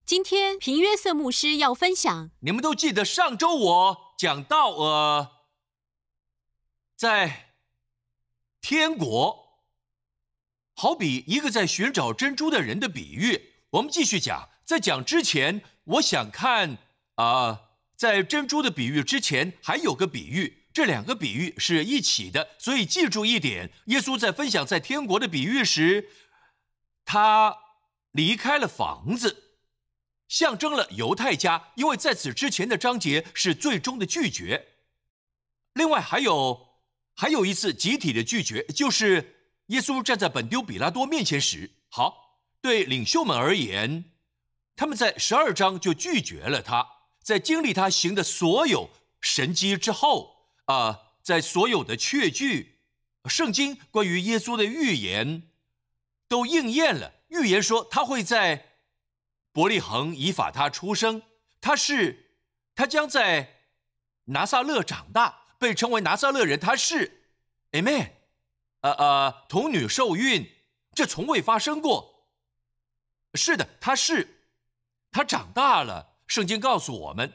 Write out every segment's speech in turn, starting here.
今天平约瑟牧师要分享。 你们都记得上周我讲到在天国，好比一个在寻找珍珠的人的比喻。我们继续讲，在讲之前，我想看在珍珠的比喻之前还有个比喻，这两个比喻是一起的，所以记住一点，耶稣在分享在天国的比喻时，他离开了房子，象征了犹太家，因为在此之前的章节是最终的拒绝。另外还有一次集体的拒绝，就是耶稣站在本丢比拉多面前时，对领袖们而言，他们在12章就拒绝了他。在经历他行的所有神迹之后，在所有的确据，圣经关于耶稣的预言都应验了。预言说他会在伯利恒以法他出生，他将在拿撒勒长大，被称为拿撒勒人。他是 Amen， 童女受孕，这从未发生过。是的，他长大了。圣经告诉我们，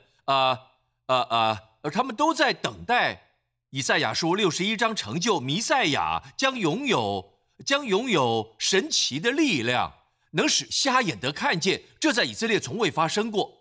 他们都在等待以赛亚书61章成就，弥赛亚将拥有神奇的力量，能使瞎眼得看见。这在以色列从未发生过。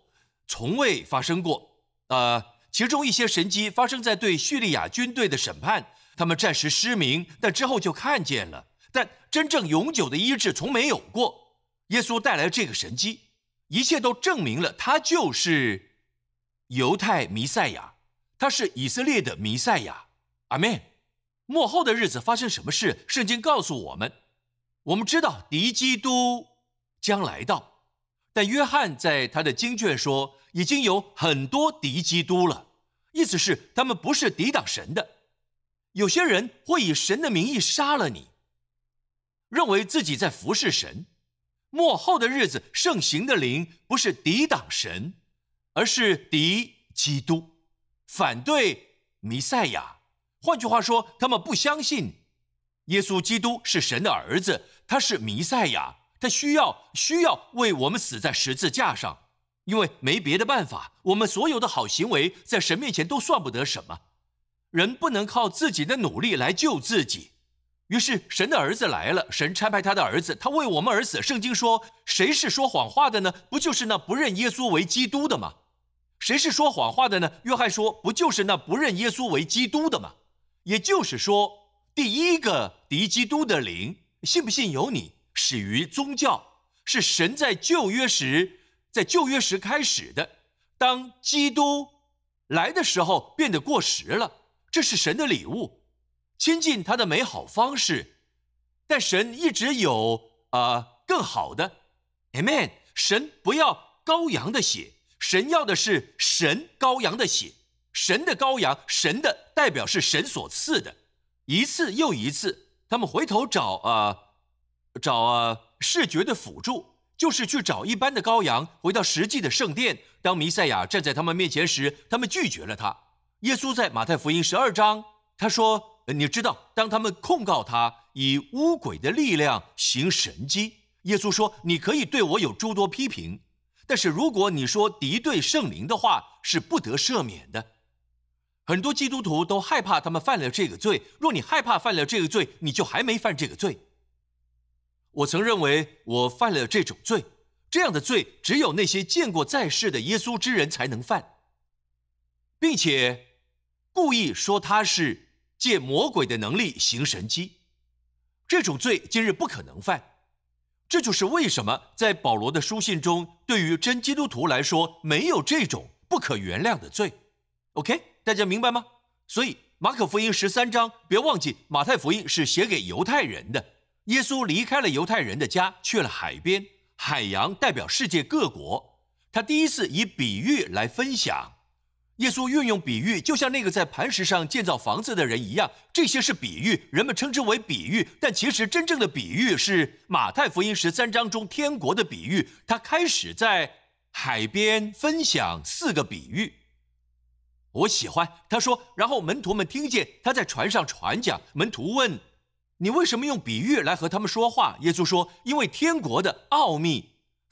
其中一些神迹发生在对叙利亚军队的审判，他们暂时失明，但之后就看见了。但真正永久的医治从没有过。耶稣带来这个神迹，一切都证明了他就是犹太弥赛亚，他是以色列的弥赛亚。阿们。末后的日子发生什么事？圣经告诉我们，我们知道敌基督将来到，但约翰在他的经卷说，已经有很多敌基督了，意思是他们不是抵挡神的。有些人会以神的名义杀了你，认为自己在服侍神。末后的日子，圣行的灵不是抵挡神，而是敌基督，反对弥赛亚。换句话说，他们不相信耶稣基督是神的儿子，他是弥赛亚，他需要为我们死在十字架上，因为没别的办法，我们所有的好行为在神面前都算不得什么。人不能靠自己的努力来救自己。于是神的儿子来了，神差派他的儿子，他为我们而死。圣经说，谁是说谎话的呢？不就是那不认耶稣为基督的吗？谁是说谎话的呢？约翰说，不就是那不认耶稣为基督的吗？也就是说，第一个敌基督的灵，信不信由你，始于宗教，是神在旧约时开始的。当基督来的时候，变得过时了，这是神的礼物，亲近他的美好方式。但神一直有更好的。 Amen。 神不要羔羊的血，神要的是神羔羊的血。神的羔羊，神的代表是神所赐的。一次又一次，他们回头找视觉的辅助，就是去找一般的羔羊，回到实际的圣殿。当弥赛亚站在他们面前时，他们拒绝了他。耶稣在马太福音12章，他说，你知道，当他们控告他以污鬼的力量行神迹，耶稣说，你可以对我有诸多批评，但是如果你说敌对圣灵的话，是不得赦免的。很多基督徒都害怕他们犯了这个罪，若你害怕犯了这个罪，你就还没犯这个罪。我曾认为我犯了这种罪，这样的罪只有那些见过在世的耶稣之人才能犯，并且故意说他是借魔鬼的能力行神迹，这种罪今日不可能犯。这就是为什么在保罗的书信中，对于真基督徒来说，没有这种不可原谅的罪。 OK， 大家明白吗？所以马可福音13章，别忘记马太福音是写给犹太人的。耶稣离开了犹太人的家，去了海边，海洋代表世界各国。他第一次以比喻来分享。耶稣运用比喻，就像那个在磐石上建造房子的人一样。这些是比喻，人们称之为比喻，但其实真正的比喻是马太福音13章中天国的比喻。他开始在海边分享4个比喻。我喜欢他说，然后门徒们听见他在船上传讲。门徒问，你为什么用比喻来和他们说话？耶稣说，因为天国的奥秘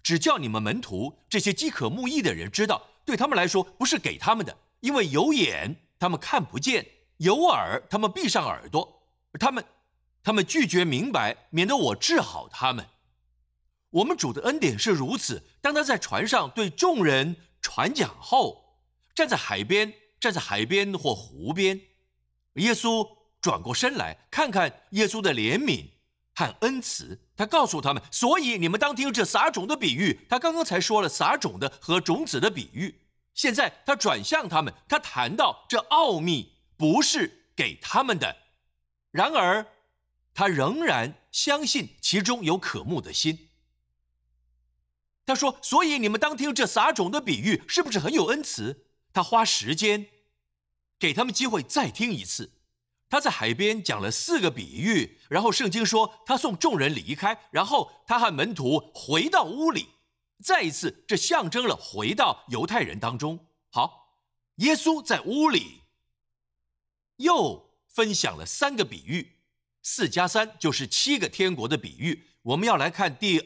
只叫你们门徒这些饥渴慕义的人知道，对他们来说不是给他们的，因为有眼他们看不见，有耳他们闭上耳朵，他们拒绝明白，免得我治好他们。我们主的恩典是如此，当他在船上对众人传讲后，站在海边或湖边，耶稣转过身来，看看耶稣的怜悯和恩慈，他告诉他们，所以你们当听这撒种的比喻。他刚刚才说了撒种的和种子的比喻，现在他转向他们，他谈到这奥秘不是给他们的，然而他仍然相信其中有渴慕的心。他说，所以你们当听这撒种的比喻，是不是很有恩慈？他花时间给他们机会再听一次。他在海边讲了4个比喻，然后圣经说他送众人离开，然后他和门徒回到屋里，再一次这象征了回到犹太人当中。好，耶稣在屋里又分享了3个比喻，4加3就是7个天国的比喻。我们要来看第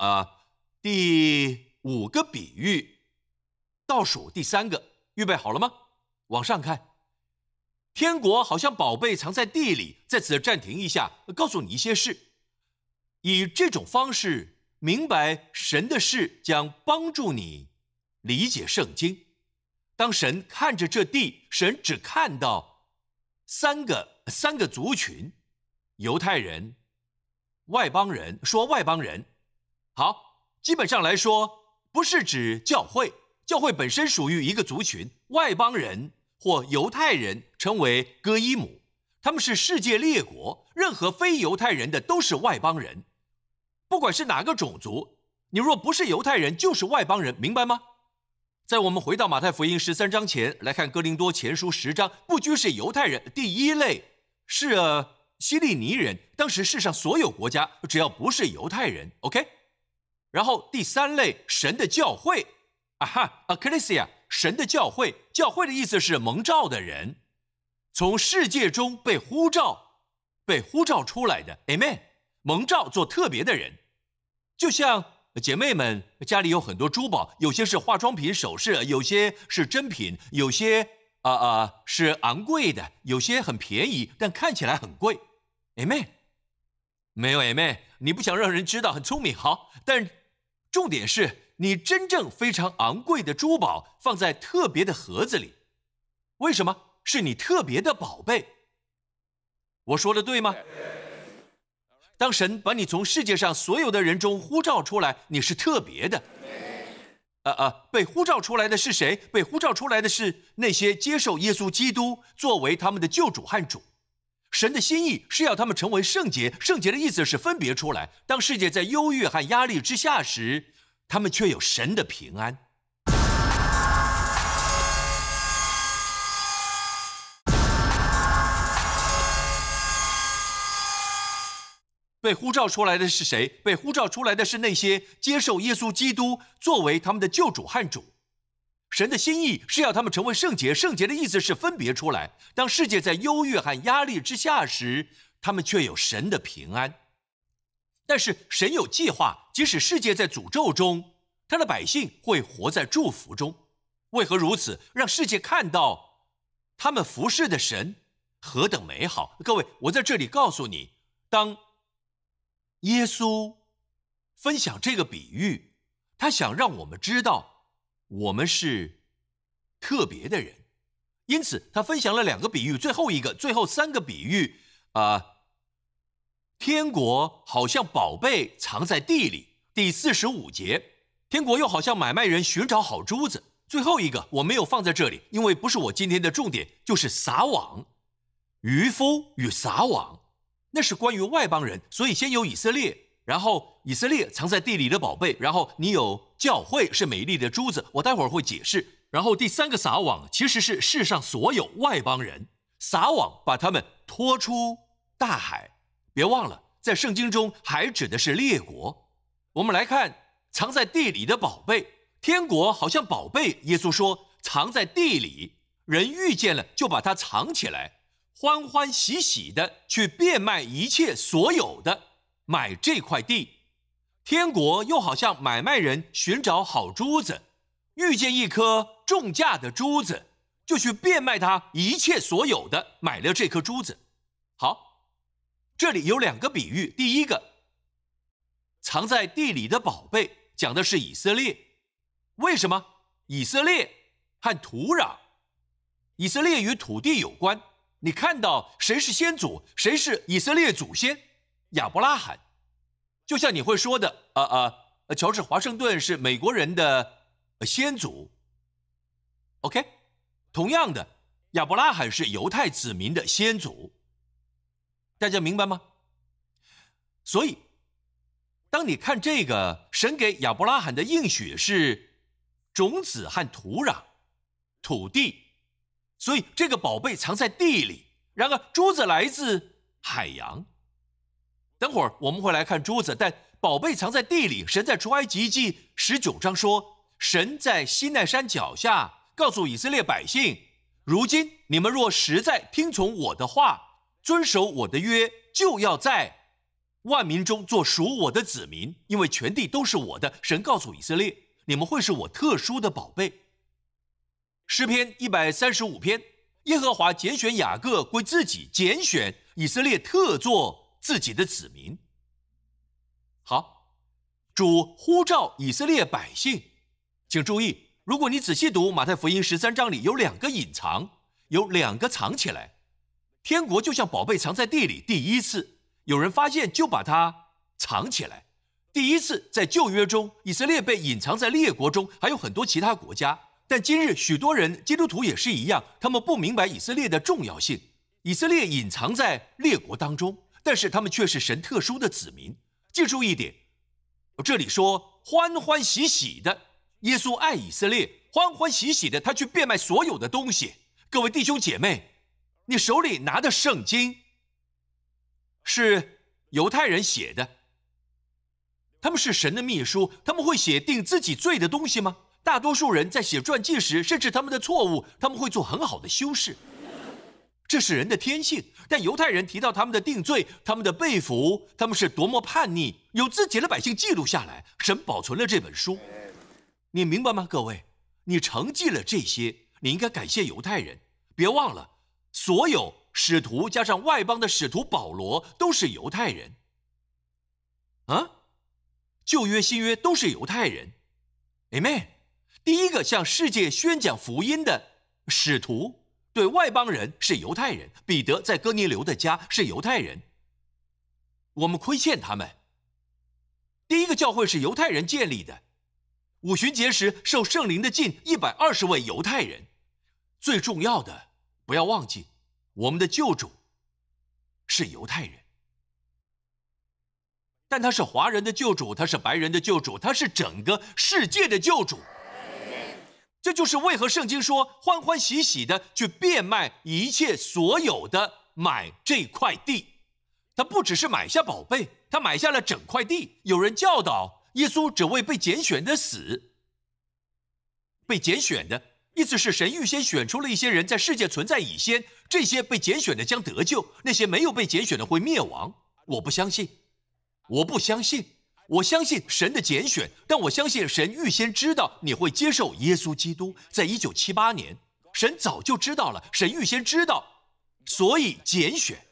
5个比喻，倒数第3个，预备好了吗？往上看。天国好像宝贝藏在地里，在此暂停一下，告诉你一些事。以这种方式明白神的事，将帮助你理解圣经。当神看着这地，神只看到三个族群：犹太人、外邦人。说外邦人，好，基本上来说，不是指教会，教会本身属于一个族群，外邦人或犹太人称为哥伊姆，他们是世界列国，任何非犹太人的都是外邦人，不管是哪个种族，你若不是犹太人就是外邦人，明白吗？在我们回到马太福音13章前来看哥林多前书10章，不拘是犹太人，第一类是希利尼人，当时世上所有国家只要不是犹太人 OK， 然后第3类神的教会Ecclesia， 神的教会，教会的意思是蒙召的人，从世界中被呼召出来的 Amen， 蒙召做特别的人。就像姐妹们家里有很多珠宝，有些是化妆品首饰，有些是真品，有些是昂贵的，有些很便宜但看起来很贵 Amen。 没有 Amen， 你不想让人知道，很聪明。好，但重点是你真正非常昂贵的珠宝放在特别的盒子里，为什么？是你特别的宝贝。我说的对吗？当神把你从世界上所有的人中呼召出来，你是特别的。被呼召出来的是谁？被呼召出来的是那些接受耶稣基督作为他们的救主和主。神的心意是要他们成为圣洁，圣洁的意思是分别出来。当世界在忧郁和压力之下时，他们却有神的平安。被呼召出来的是谁？被呼召出来的是那些接受耶稣基督作为他们的救主和主。神的心意是要他们成为圣洁，圣洁的意思是分别出来。当世界在忧郁和压力之下时，他们却有神的平安。但是神有计划，即使世界在诅咒中，他的百姓会活在祝福中。为何如此？让世界看到他们服侍的神何等美好。各位，我在这里告诉你，当耶稣分享这个比喻，他想让我们知道我们是特别的人，因此他分享了2个比喻，最后3个比喻天国好像宝贝藏在地里，第45节，天国又好像买卖人寻找好珠子。最后一个我没有放在这里，因为不是我今天的重点，就是撒网。渔夫与撒网，那是关于外邦人，所以先有以色列，然后以色列藏在地里的宝贝，然后你有教会是美丽的珠子，我待会儿会解释。然后第3个撒网其实是世上所有外邦人，撒网把他们拖出大海。别忘了，在圣经中还指的是列国。我们来看藏在地里的宝贝，天国好像宝贝，耶稣说藏在地里，人遇见了就把它藏起来，欢欢喜喜的去变卖一切所有的，买这块地。 天国又好像买卖人寻找好珠子，遇见一颗重价的珠子，就去变卖他一切所有的，买了这颗珠子。好，这里有2个比喻。第一个，藏在地里的宝贝，讲的是以色列。为什么？以色列和土壤，以色列与土地有关。你看到谁是先祖，谁是以色列祖先？亚伯拉罕。就像你会说的，乔治华盛顿是美国人的先祖。OK， 同样的，亚伯拉罕是犹太子民的先祖。大家明白吗？所以，当你看这个，神给亚伯拉罕的应许是种子和土壤、土地，所以这个宝贝藏在地里。然而，珠子来自海洋。等会儿我们会来看珠子，但宝贝藏在地里。神在出埃及记19章说，神在西奈山脚下告诉以色列百姓，如今你们若实在听从我的话，遵守我的约，就要在万民中做属我的子民，因为全地都是我的。神告诉以色列，你们会是我特殊的宝贝。诗篇135篇，耶和华拣选雅各归自己，拣选以色列特作自己的子民。好，主呼召以色列百姓，请注意，如果你仔细读马太福音13章里有2个隐藏，有2个藏起来。天国就像宝贝藏在地里，第一次有人发现就把它藏起来。第一次在旧约中，以色列被隐藏在列国中，还有很多其他国家。但今日许多人，基督徒也是一样，他们不明白以色列的重要性。以色列隐藏在列国当中，但是他们却是神特殊的子民。记住一点，这里说欢欢喜喜的，耶稣爱以色列，欢欢喜喜的他去变卖所有的东西。各位弟兄姐妹，你手里拿的圣经是犹太人写的，他们是神的秘书，他们会写定自己罪的东西吗？大多数人在写传记时，甚至他们的错误，他们会做很好的修饰，这是人的天性。但犹太人提到他们的定罪，他们的被俘，他们是多么叛逆，有自己的百姓记录下来，神保存了这本书。你明白吗，各位？你承继了这些，你应该感谢犹太人。别忘了，所有使徒加上外邦的使徒保罗都是犹太人啊，旧约新约都是犹太人。 Amen。 第一个向世界宣讲福音的使徒对外邦人是犹太人，彼得在哥尼流的家是犹太人，我们亏欠他们。第一个教会是犹太人建立的，五旬节时受圣灵的浸120位犹太人。最重要的，不要忘记，我们的救主是犹太人，但他是华人的救主，他是白人的救主，他是整个世界的救主。这就是为何圣经说欢欢喜喜的去变卖一切所有的，买这块地。他不只是买下宝贝，他买下了整块地。有人教导耶稣只为被拣选的死。被拣选的意思是神预先选出了一些人，在世界存在以先，这些被拣选的将得救，那些没有被拣选的会灭亡。我不相信，我相信神的拣选，但我相信神预先知道你会接受耶稣基督。在1978年，神早就知道了，神预先知道，所以拣选。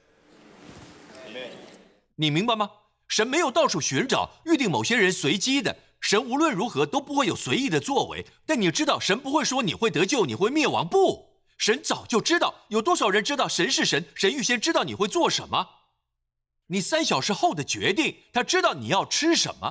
你明白吗？神没有到处寻找，预定某些人随机的。神无论如何都不会有随意的作为。但你知道，神不会说你会得救，你会灭亡，不，神早就知道。有多少人知道神是神？神预先知道你会做什么。你3小时后的决定，他知道你要吃什么，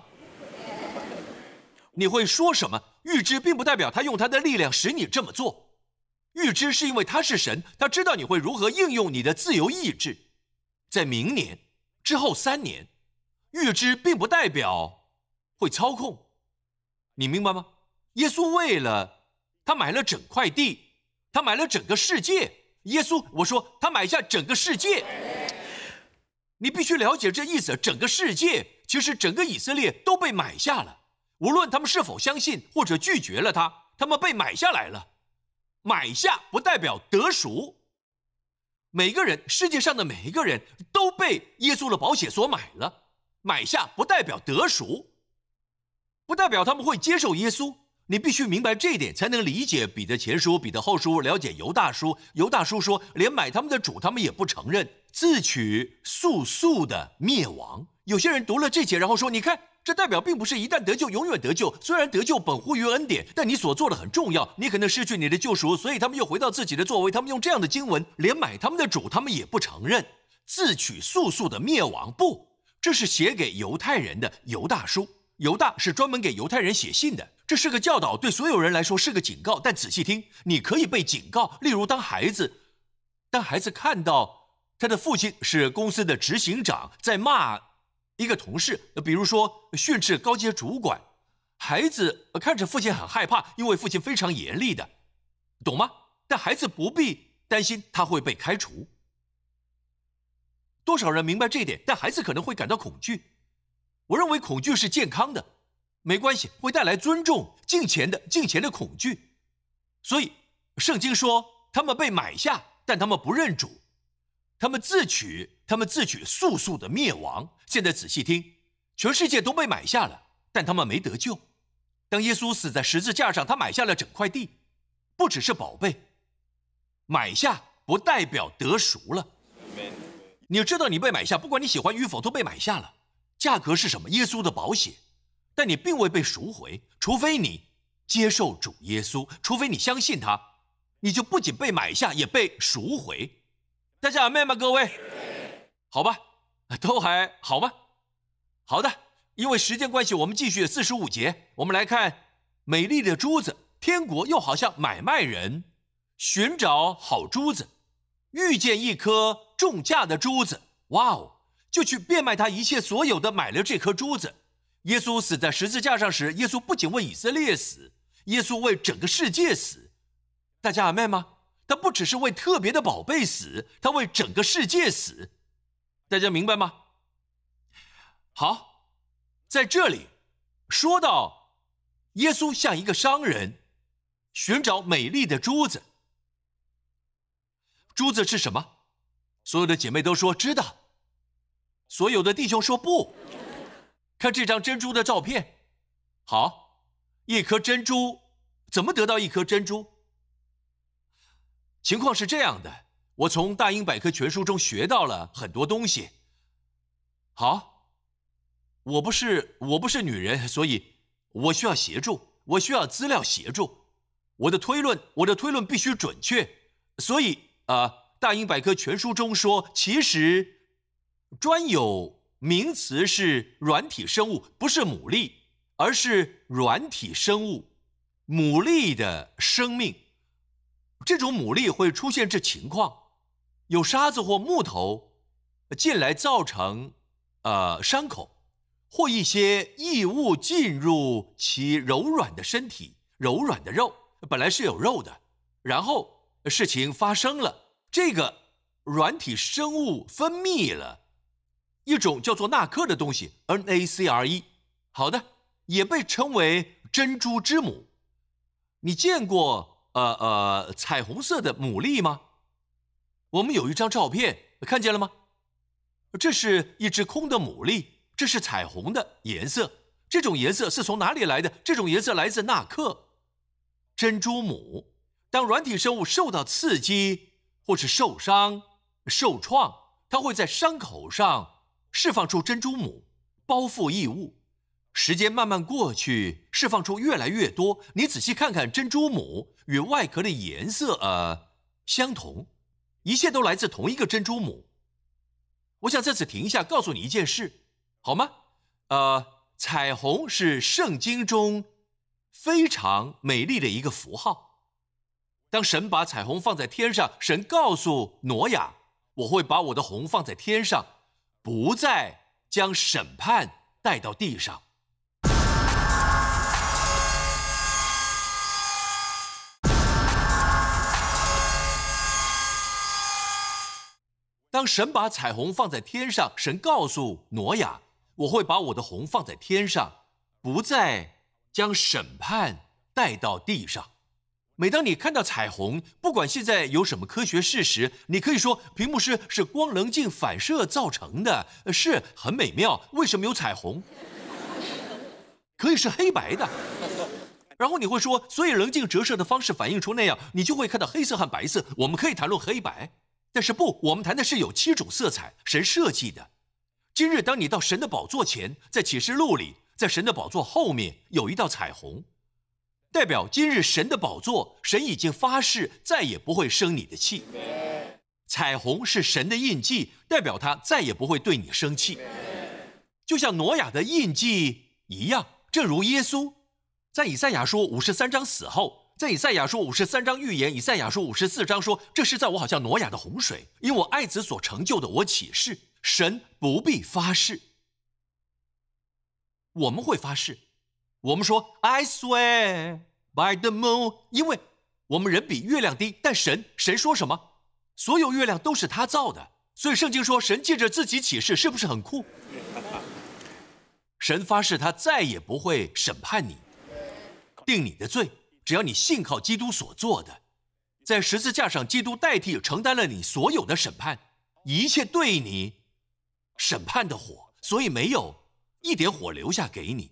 你会说什么。预知并不代表他用他的力量使你这么做，预知是因为他是神，他知道你会如何应用你的自由意志。在明年之后3年，预知并不代表会操控，你明白吗？耶稣为了他买了整块地，他买了整个世界。耶稣，我说他买下整个世界。你必须了解这意思，整个世界，其实整个以色列都被买下了，无论他们是否相信或者拒绝了他，他们被买下来了。买下不代表得赎，每个人，世界上的每一个人都被耶稣的宝血所买了。买下不代表得赎， 不代表他们会接受耶稣。你必须明白这一点，才能理解彼得前书、彼得后书，了解犹大书。犹大书说，连买他们的主他们也不承认，自取速速的灭亡。有些人读了这节，然后说，你看，这代表并不是一旦得救永远得救，虽然得救本乎于恩典，但你所做的很重要，你可能失去你的救赎，所以他们又回到自己的作为。他们用这样的经文，连买他们的主他们也不承认，自取速速的灭亡。不，这是写给犹太人的犹大书。犹大是专门给犹太人写信的，这是个教导，对所有人来说是个警告。但仔细听，你可以被警告。例如，当孩子看到他的父亲是公司的执行长，在骂一个同事，比如说训斥高阶主管，孩子看着父亲很害怕，因为父亲非常严厉的，懂吗？但孩子不必担心他会被开除。多少人明白这一点？但孩子可能会感到恐惧。我认为恐惧是健康的，没关系，会带来尊重、敬虔的恐惧。所以圣经说，他们被买下，但他们不认主，他们自取速速的灭亡。现在仔细听，全世界都被买下了，但他们没得救。当耶稣死在十字架上，他买下了整块地，不只是宝贝。买下不代表得赎了。你知道你被买下，不管你喜欢与否，都被买下了。价格是什么？耶稣的宝血。但你并未被赎回，除非你接受主耶稣，除非你相信他，你就不仅被买下，也被赎回。大家阿们吗？各位，好吧，都还好吗？好的，因为时间关系，我们继续45节。我们来看美丽的珠子。天国又好像买卖人寻找好珠子，遇见一颗重价的珠子，哇哦，就去变卖他一切所有的，买了这颗珠子。耶稣死在十字架上时，耶稣不仅为以色列死，耶稣为整个世界死。大家阿们吗？他不只是为特别的宝贝死，他为整个世界死。大家明白吗？好，在这里说到耶稣像一个商人寻找美丽的珠子。珠子是什么？所有的姐妹都说知道，所有的弟兄说不。看这张珍珠的照片。好，一颗珍珠，怎么得到一颗珍珠？情况是这样的，我从大英百科全书中学到了很多东西。好，我不是女人，所以我需要协助，我需要资料协助。我的推论必须准确，所以大英百科全书中说，其实专有名词是软体生物，不是牡蛎，而是软体生物。牡蛎的生命，这种牡蛎会出现这情况：有沙子或木头进来造成伤口，或一些异物进入其柔软的身体，柔软的肉本来是有肉的，然后事情发生了，这个软体生物分泌了一种叫做纳克的东西 NACRE， 好的，也被称为珍珠之母。你见过彩虹色的牡蛎吗？我们有一张照片，看见了吗？这是一只空的牡蛎，这是彩虹的颜色。这种颜色是从哪里来的？这种颜色来自纳克，珍珠母。当软体生物受到刺激或是受伤、受创，它会在伤口上释放出珍珠母，包覆异物。时间慢慢过去，释放出越来越多。你仔细看看，珍珠母与外壳的颜色相同，一切都来自同一个珍珠母。我想在此停一下，告诉你一件事，好吗？彩虹是圣经中非常美丽的一个符号。当神把彩虹放在天上，神告诉挪亚，我会把我的虹放在天上，不再将审判带到地上。当神把彩虹放在天上，神告诉挪亚，我会把我的虹放在天上，不再将审判带到地上。每当你看到彩虹，不管现在有什么科学事实，你可以说屏幕是光棱镜反射造成的，是很美妙。为什么有彩虹？ 可以是黑白的。然后你会说，所以棱镜折射的方式反映出那样，你就会看到黑色和白色。我们可以谈论黑白，但是不，我们谈的是有7种色彩，神设计的。今日当你到神的宝座前，在启示录里，在神的宝座后面有一道彩虹，代表今日神的宝座，神已经发誓再也不会生你的气。彩虹是神的印记，代表他再也不会对你生气，就像挪亚的印记一样。正如耶稣在以赛亚书53章死后，在以赛亚书53章预言，以赛亚书54章说，这是在我好像挪亚的洪水，因我爱子所成就的，我起誓，神不必发誓。我们会发誓，我们说 I swear by the moon， 因为我们人比月亮低，但神说什么？所有月亮都是他造的，所以圣经说神借着自己起誓，是不是很酷？神发誓他再也不会审判你，定你的罪，只要你信靠基督所做的，在十字架上基督代替承担了你所有的审判，一切对你审判的火，所以没有一点火留下给你，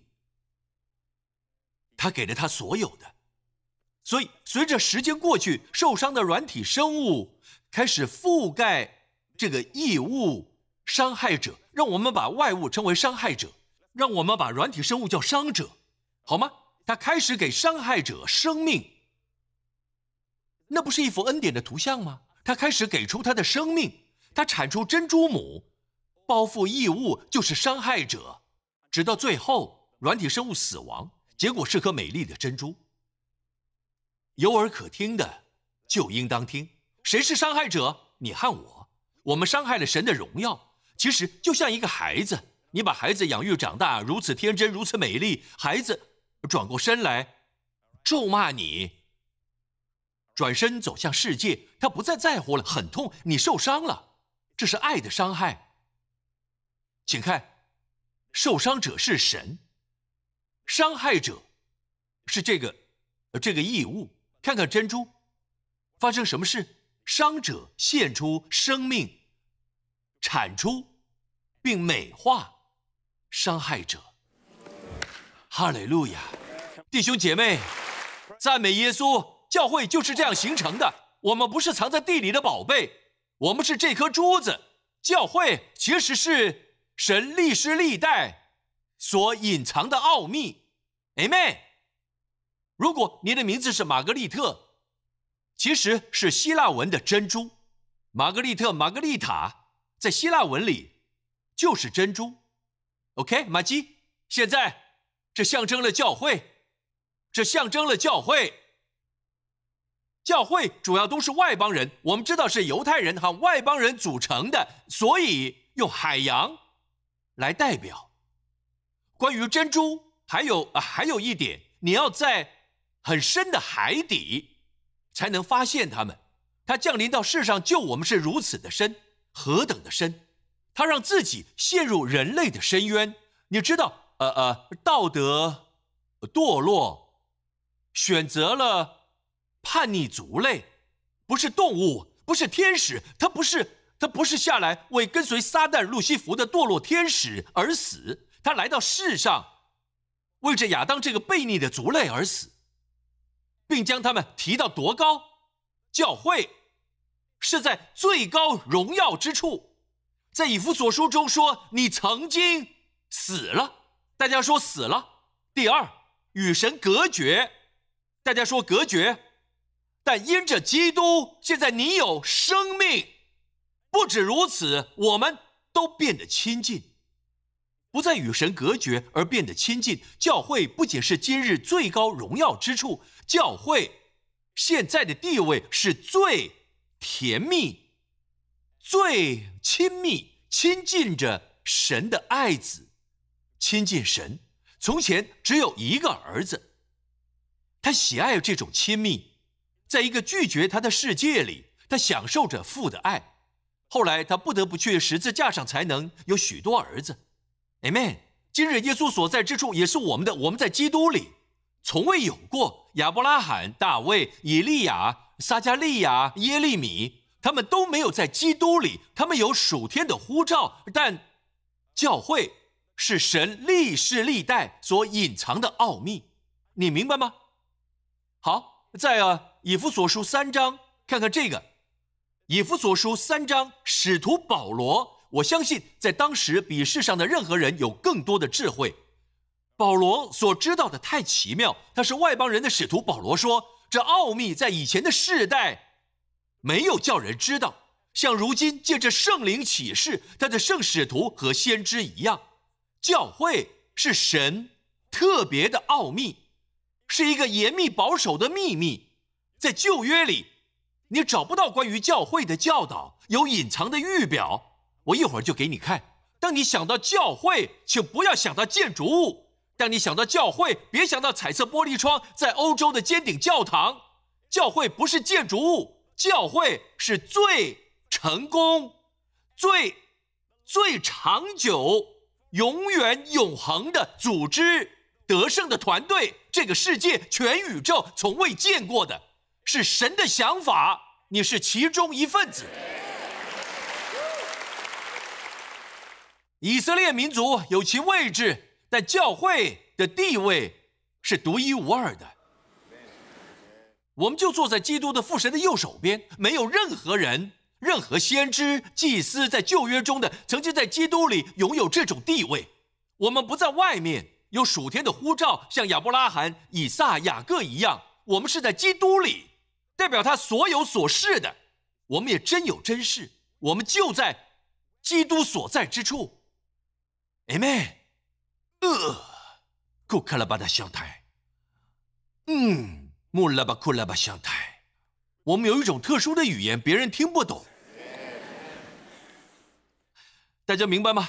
他给了他所有的。所以随着时间过去，受伤的软体生物开始覆盖这个异物伤害者，让我们把外物称为伤害者，让我们把软体生物叫伤者，好吗？他开始给伤害者生命，那不是一幅恩典的图像吗？他开始给出他的生命，他产出珍珠母，包覆异物就是伤害者，直到最后软体生物死亡，结果是颗美丽的珍珠。有耳可听的就应当听。谁是伤害者？你和我，我们伤害了神的荣耀。其实就像一个孩子，你把孩子养育长大，如此天真，如此美丽，孩子转过身来咒骂你，转身走向世界，他不再在乎了，很痛，你受伤了，这是爱的伤害。请看，受伤者是神，伤害者是这个异物。看看珍珠发生什么事，伤者献出生命，产出并美化伤害者。哈利路亚！弟兄姐妹，赞美耶稣！教会就是这样形成的。我们不是藏在地里的宝贝，我们是这颗珠子。教会其实是神历世历代所隐藏的奥秘。Amen。如果你的名字是玛格丽特，其实是希腊文的珍珠。玛格丽特、玛格丽塔在希腊文里就是珍珠。OK， 马基，现在这象征了教会，这象征了教会。教会主要都是外邦人，我们知道是犹太人和外邦人组成的，所以用海洋来代表。关于珍珠，还有一点，你要在很深的海底才能发现它们。它降临到世上救我们是如此的深，何等的深！它让自己陷入人类的深渊。你知道，道德堕落，选择了叛逆族类，不是动物，不是天使，他不是下来为跟随撒旦路西弗的堕落天使而死，他来到世上为着亚当这个悖逆的族类而死，并将他们提到多高？教会是在最高荣耀之处。在以弗所书中说，你曾经死了，大家说死了。第二，与神隔绝，大家说隔绝。但因着基督，现在你有生命。不止如此，我们都变得亲近，不再与神隔绝而变得亲近。教会不仅是今日最高荣耀之处，教会现在的地位是最甜蜜、最亲密、亲近着神的爱子，亲近神。从前只有一个儿子，他喜爱这种亲密，在一个拒绝他的世界里，他享受着父的爱。后来他不得不去十字架上，才能有许多儿子。Amen。今日耶稣所在之处也是我们的，我们在基督里从未有过。亚伯拉罕、大卫、以利亚、撒迦利亚、耶利米，他们都没有在基督里，他们有属天的呼召，但教会是神历世历代所隐藏的奥秘，你明白吗？好，在以弗所书3章看看这个。以弗所书3章，使徒保罗，我相信在当时比世上的任何人有更多的智慧。保罗所知道的太奇妙，他是外邦人的使徒。保罗说，这奥秘在以前的世代没有叫人知道，像如今借着圣灵启示他的圣使徒和先知一样。教会是神特别的奥秘，是一个严密保守的秘密。在旧约里你找不到关于教会的教导，有隐藏的预表，我一会儿就给你看。当你想到教会，请不要想到建筑物。当你想到教会，别想到彩色玻璃窗在欧洲的尖顶教堂。教会不是建筑物，教会是最成功、最长久、永远永恒的组织，得胜的团队，这个世界全宇宙从未见过的，是神的想法，你是其中一份子。以色列民族有其位置，但教会的地位是独一无二的。我们就坐在基督的父神的右手边，没有任何人、任何先知、祭司在旧约中的曾经在基督里拥有这种地位。我们不在外面有属天的呼召，像亚伯拉罕、以撒、雅各一样，我们是在基督里，代表他所有所是的。我们也真有真是，我们就在基督所在之处。Amen。库卡拉巴的香台，穆拉巴库拉巴香台。我们有一种特殊的语言，别人听不懂。大家明白吗？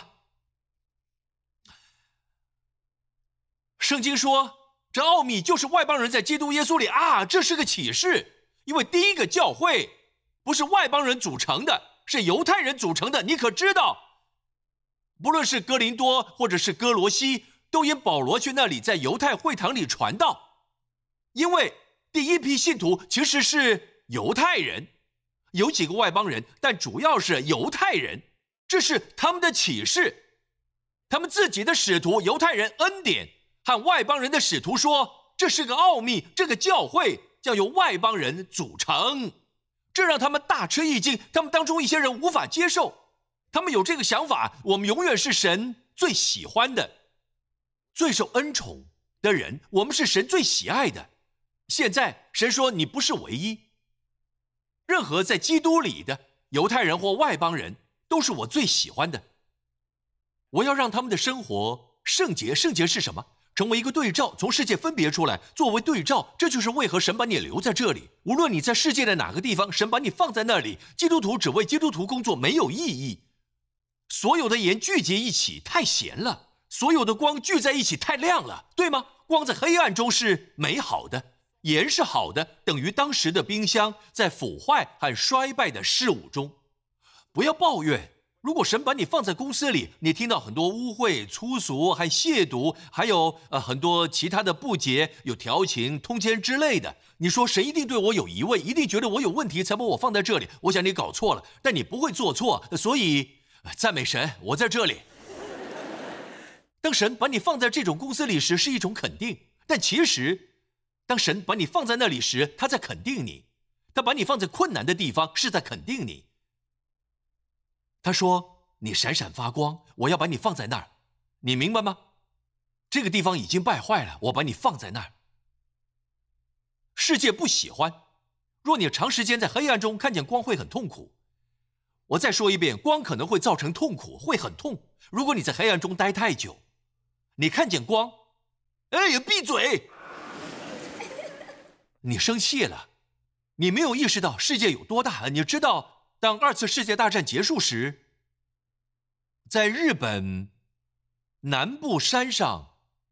圣经说，这奥秘就是外邦人在基督耶稣里这是个启示。因为第一个教会不是外邦人组成的，是犹太人组成的。你可知道，不论是哥林多或者是哥罗西，都因保罗去那里在犹太会堂里传道。因为第一批信徒其实是犹太人，有几个外邦人，但主要是犹太人。这是他们的启示，他们自己的使徒犹太人恩典和外邦人的使徒说，这是个奥秘，这个教会要由外邦人组成。这让他们大吃一惊，他们当中一些人无法接受。他们有这个想法，我们永远是神最喜欢的、最受恩宠的人，我们是神最喜爱的。现在神说，你不是唯一，任何在基督里的犹太人或外邦人都是我最喜欢的。我要让他们的生活圣洁。圣洁是什么？成为一个对照，从世界分别出来，作为对照。这就是为何神把你留在这里。无论你在世界的哪个地方，神把你放在那里。基督徒只为基督徒工作没有意义。所有的盐聚集一起太咸了，所有的光聚在一起太亮了，对吗？光在黑暗中是美好的，盐是好的，等于当时的冰箱在腐坏和衰败的事物中。不要抱怨，如果神把你放在公司里，你听到很多污秽、粗俗和亵渎，还有很多其他的不洁，有调情、通奸之类的，你说神一定对我有疑问，一定觉得我有问题才把我放在这里。我想你搞错了，但你不会做错，所以赞美神，我在这里。当神把你放在这种公司里时，是一种肯定，但其实当神把你放在那里时，他在肯定你。他把你放在困难的地方，是在肯定你。他说，你闪闪发光，我要把你放在那儿，你明白吗？这个地方已经败坏了，我把你放在那儿。世界不喜欢，若你长时间在黑暗中看见光，会很痛苦。我再说一遍，光可能会造成痛苦，会很痛。如果你在黑暗中待太久，你看见光，闭嘴！你生气了，你没有意识到世界有多大。你知道，当2次世界大战结束时，在日本南部山上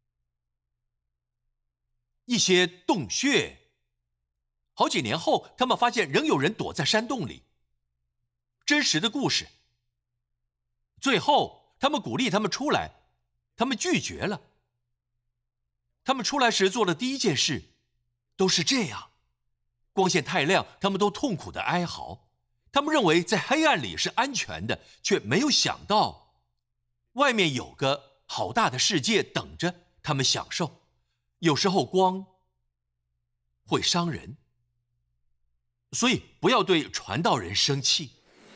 一些洞穴，好几年后，他们发现仍有人躲在山洞里。真实的故事。最后，他们鼓励他们出来，他们拒绝了。他们出来时做的第一件事，都是这样。光线太亮，他们都痛苦的哀嚎。他们认为在黑暗里是安全的，却没有想到，外面有个好大的世界等着他们享受。有时候光会伤人，所以不要对传道人生气。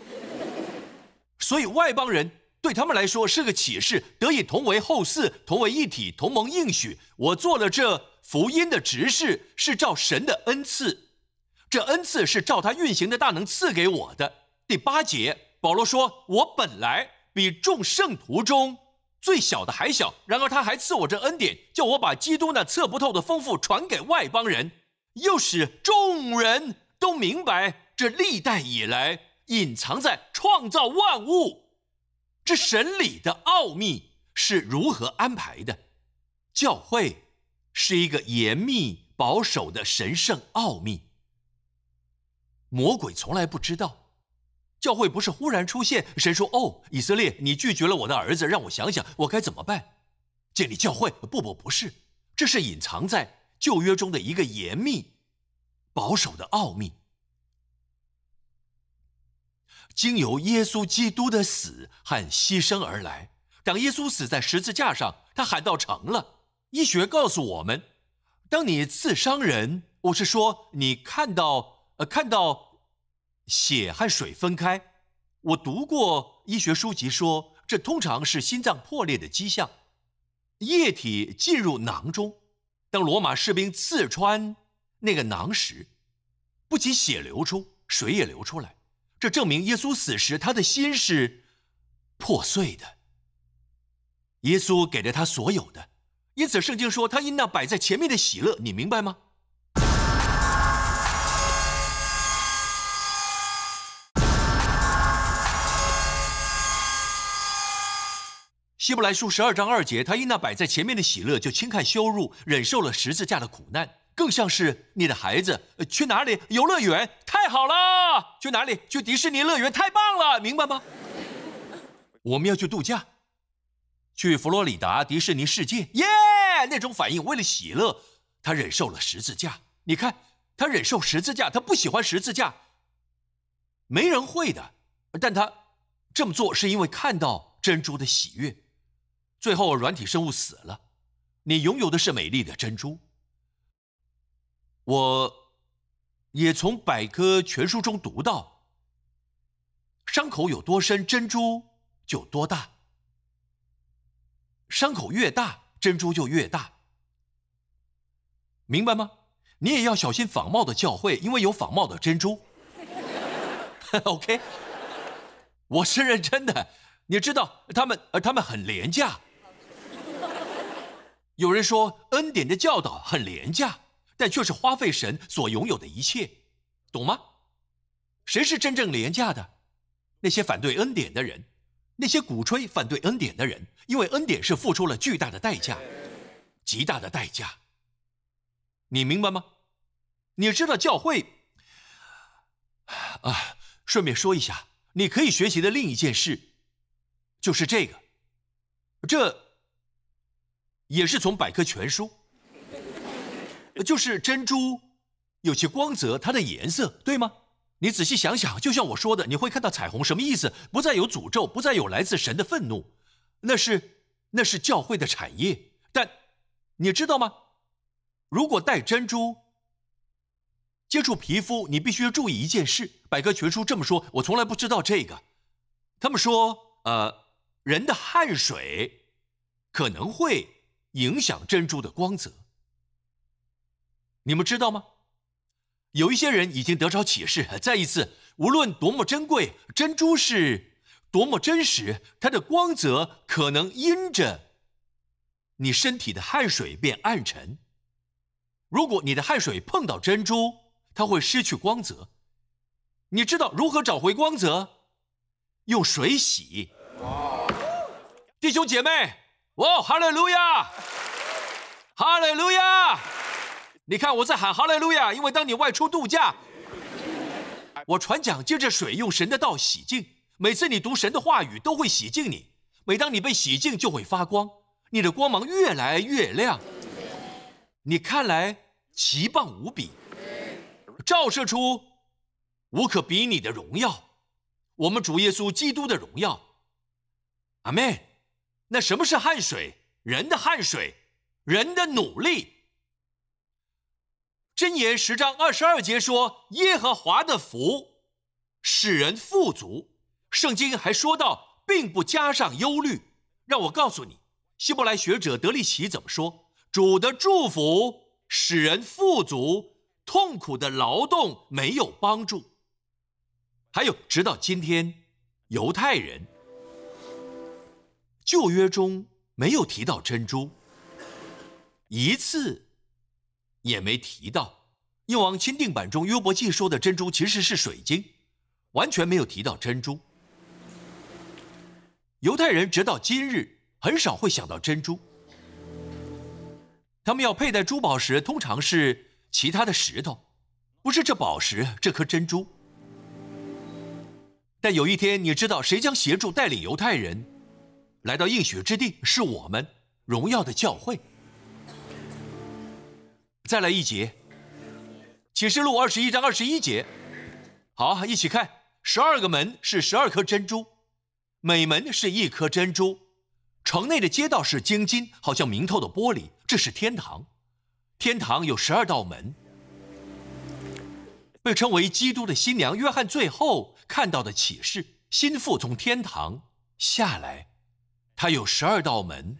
所以外邦人对他们来说是个启示，得以同为后嗣，同为一体，同盟应许。我做了这福音的执事，是照神的恩赐，这恩赐是照他运行的大能赐给我的。第8节，保罗说，我本来比众圣徒中最小的还小，然而他还赐我这恩典，叫我把基督那测不透的丰富传给外邦人，又使众人都明白这历代以来隐藏在创造万物这神理的奥秘是如何安排的。教会是一个严密保守的神圣奥秘，魔鬼从来不知道。教会不是忽然出现，神说，哦，以色列，你拒绝了我的儿子，让我想想我该怎么办。建立教会，不是，这是隐藏在旧约中的一个严密保守的奥秘。经由耶稣基督的死和牺牲而来。当耶稣死在十字架上，他喊道成了。医学告诉我们，当你刺伤人，我是说你看到血和水分开，我读过医学书籍说，这通常是心脏破裂的迹象，液体进入囊中。当罗马士兵刺穿那个囊时，不仅血流出，水也流出来，这证明耶稣死时他的心是破碎的。耶稣给了他所有的，因此圣经说他因那摆在前面的喜乐，你明白吗？希伯来书12章2节，他因那摆在前面的喜乐，就轻看羞辱，忍受了十字架的苦难。更像是你的孩子去哪里游乐园，太好了，去哪里去迪士尼乐园，太棒了，明白吗？我们要去度假，去佛罗里达迪士尼世界，耶！那种反应，为了喜乐，他忍受了十字架。你看，他忍受十字架，他不喜欢十字架，没人会的，但他这么做是因为看到珍珠的喜悦。最后软体生物死了，你拥有的是美丽的珍珠。我也从百科全书中读到，伤口有多深，珍珠就多大，伤口越大，珍珠就越大，明白吗？你也要小心仿冒的教会，因为有仿冒的珍珠。OK， 我是认真的。你知道他们很廉价。有人说恩典的教导很廉价，但却是花费神所拥有的一切，懂吗？谁是真正廉价的？那些反对恩典的人，那些鼓吹反对恩典的人，因为恩典是付出了巨大的代价，极大的代价。你明白吗？你知道教会顺便说一下，你可以学习的另一件事就是这个，这也是从百科全书，就是珍珠有其光泽，它的颜色，对吗？你仔细想想，就像我说的，你会看到彩虹，什么意思？不再有诅咒，不再有来自神的愤怒，那是教会的产业。但你知道吗？如果戴珍珠接触皮肤，你必须注意一件事。百科全书这么说，我从来不知道这个。他们说，人的汗水可能会影响珍珠的光泽。你们知道吗？有一些人已经得着启示，再一次，无论多么珍贵，珍珠是多么真实，它的光泽可能因着你身体的汗水变暗沉。如果你的汗水碰到珍珠，它会失去光泽。你知道如何找回光泽？用水洗。弟兄姐妹，哇，哈利路亚，哈利路亚！你看我在喊哈利路亚，因为当你外出度假，我传讲借着水用神的道洗净，每次你读神的话语都会洗净你，每当你被洗净就会发光，你的光芒越来越亮，你看来奇棒无比，照射出无可比拟的荣耀，我们主耶稣基督的荣耀。阿们。 那什么是汗水？人的汗水，人的努力。箴言10章22节说，耶和华的福使人富足。圣经还说到，并不加上忧虑。让我告诉你，希伯来学者德利奇怎么说？主的祝福使人富足，痛苦的劳动没有帮助。还有，直到今天，犹太人旧约中没有提到珍珠，一次也没提到。英王钦定版中约伯记说的珍珠其实是水晶，完全没有提到珍珠。犹太人直到今日很少会想到珍珠，他们要佩戴珠宝时通常是其他的石头，不是这宝石，这颗珍珠。但有一天，你知道谁将协助带领犹太人来到应许之地？是我们荣耀的教会。再来一节，启示录21章21节。好，一起看，12个门是12颗珍珠，每门是1颗珍珠。城内的街道是晶金，好像明透的玻璃，这是天堂。天堂有12道门，被称为基督的新娘。约翰最后看到的启示，新妇从天堂下来，它有12道门，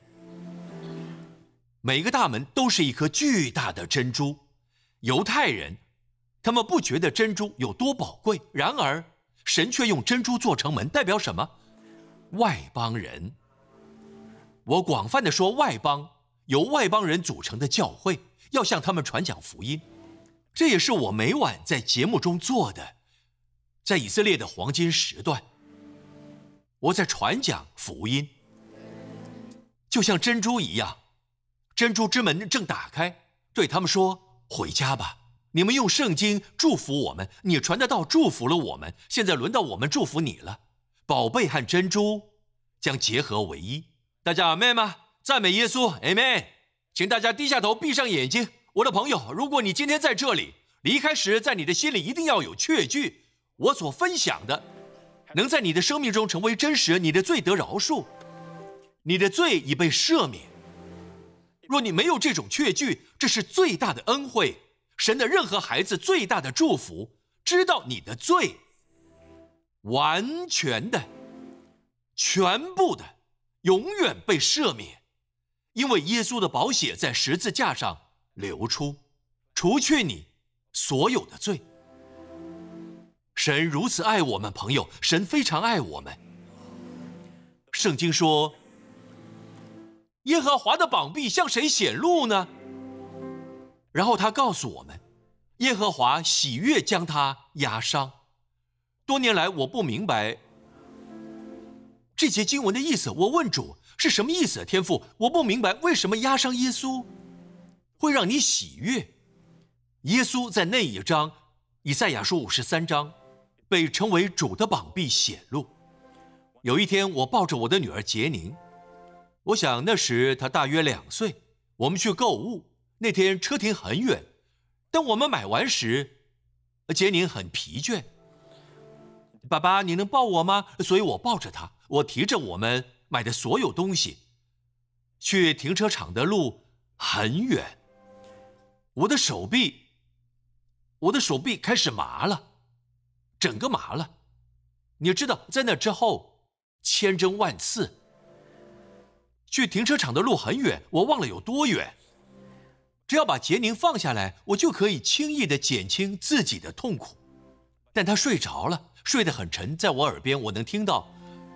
每个大门都是一颗巨大的珍珠。犹太人他们不觉得珍珠有多宝贵，然而神却用珍珠做成门，代表什么？外邦人。我广泛的说，外邦，由外邦人组成的教会，要向他们传讲福音。这也是我每晚在节目中做的。在以色列的黄金时段，我在传讲福音，就像珍珠一样。珍珠之门正打开，对他们说，回家吧，你们用圣经祝福我们，你传的道祝福了我们，现在轮到我们祝福你了。宝贝和珍珠将结合为一。大家阿们吗？赞美耶稣，阿们。请大家低下头，闭上眼睛。我的朋友，如果你今天在这里，离开时在你的心里一定要有确据，我所分享的能在你的生命中成为真实，你的罪得饶恕，你的罪已被赦免。若你没有这种确据，这是最大的恩惠，神的任何孩子最大的祝福，知道你的罪完全的、全部的永远被赦免，因为耶稣的宝血在十字架上流出，除去你所有的罪。神如此爱我们，朋友，神非常爱我们。圣经说，耶和华的膀臂向谁显露呢？然后他告诉我们，耶和华喜悦将他压伤。多年来我不明白这节经文的意思，我问主是什么意思？天父，我不明白为什么压伤耶稣会让你喜悦。耶稣在那一章，以赛亚书53章，被称为主的膀臂显露。有一天，我抱着我的女儿杰宁，我想那时她大约2岁，我们去购物，那天车停很远，当我们买完时，杰宁很疲倦。爸爸，你能抱我吗？所以我抱着她，我提着我们买的所有东西，去停车场的路很远，我的手臂开始麻了，整个麻了。你知道，在那之后，千真万次。去停车场的路很远，我忘了有多远。只要把杰宁放下来，我就可以轻易地减轻自己的痛苦。但他睡着了，睡得很沉，在我耳边，我能听到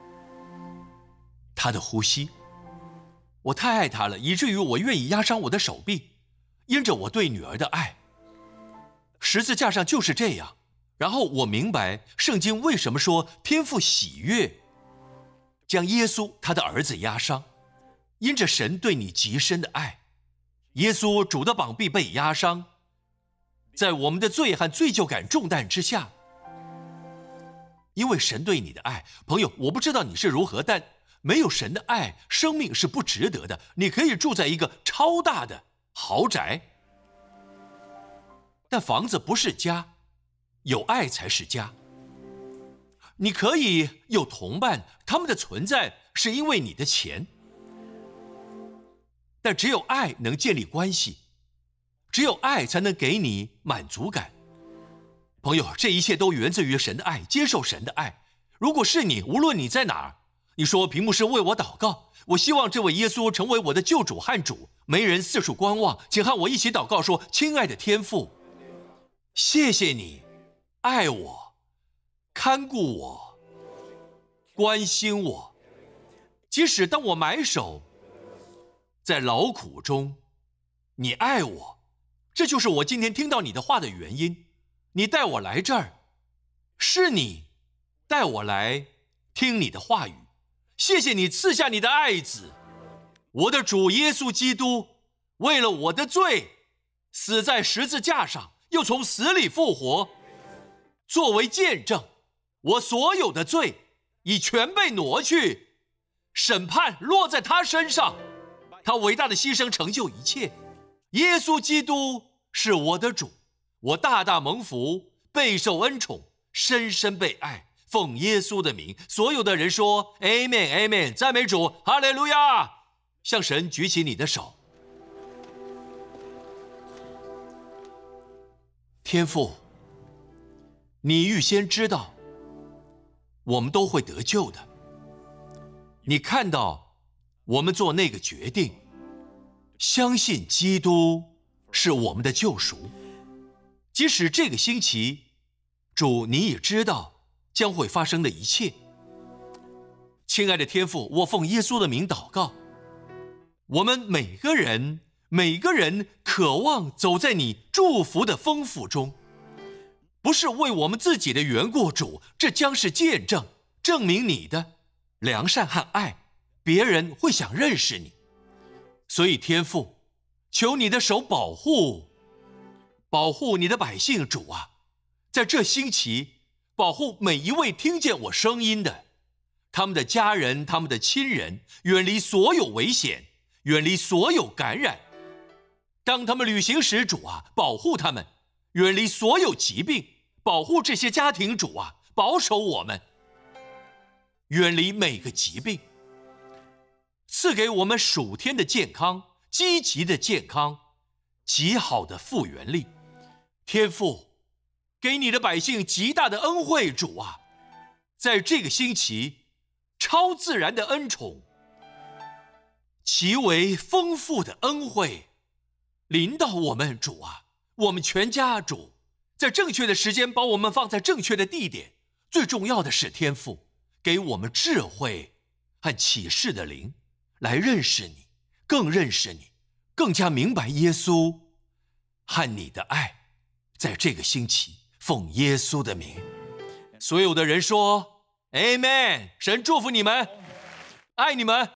他的呼吸。我太爱他了，以至于我愿意压伤我的手臂，因着我对女儿的爱。十字架上就是这样。然后我明白圣经为什么说天父喜悦将耶稣他的儿子压伤，因着神对你极深的爱。耶稣主的膀臂被压伤，在我们的罪和罪疚感重担之下，因为神对你的爱。朋友，我不知道你是如何，但没有神的爱，生命是不值得的。你可以住在一个超大的豪宅，但房子不是家，有爱才是家。你可以有同伴，他们的存在是因为你的钱， 但只有爱能建立关系，只有爱才能给你满足感。朋友，这一切都源自于神的爱，接受神的爱。如果是你，无论你在哪儿，你说屏幕是为我祷告，我希望这位耶稣成为我的救主和主。没人四处观望，请和我一起祷告说：亲爱的天父，谢谢你爱我，看顾我，关心我。即使当我埋首在劳苦中，你爱我，这就是我今天听到你的话的原因。你带我来这儿，是你带我来听你的话语。谢谢你赐下你的爱子，我的主耶稣基督，为了我的罪死在十字架上，又从死里复活，作为见证，我所有的罪已全被挪去，审判落在他身上，他伟大的牺牲成就一切。耶稣基督是我的主，我大大蒙福，备受恩宠，深深被爱。奉耶稣的名，所有的人说 Amen Amen， 赞美主，哈利路亚。向神举起你的手。天父，你预先知道我们都会得救的，你看到我们做那个决定，相信基督是我们的救赎。即使这个星期，主你也知道将会发生的一切。亲爱的天父，我奉耶稣的名祷告，我们每个人渴望走在你祝福的丰富中，不是为我们自己的缘故，主，这将是见证，证明你的良善和爱，别人会想认识你。所以天父，求你的手保护你的百姓，主啊，在这星期保护每一位听见我声音的，他们的家人，他们的亲人，远离所有危险，远离所有感染。当他们旅行时，主啊，保护他们，远离所有疾病，保护这些家庭，主啊，保守我们，远离每个疾病，赐给我们属天的健康，积极的健康，极好的复原力。天父，给你的百姓极大的恩惠，主啊，在这个星期，超自然的恩宠，极为丰富的恩惠临到我们，主啊，我们全家，主，在正确的时间把我们放在正确的地点。最重要的是，天父给我们智慧和启示的灵，来认识你，更认识你，更加明白耶稣和你的爱。在这个星期，奉耶稣的名，所有的人说 Amen， 神祝福你们，爱你们。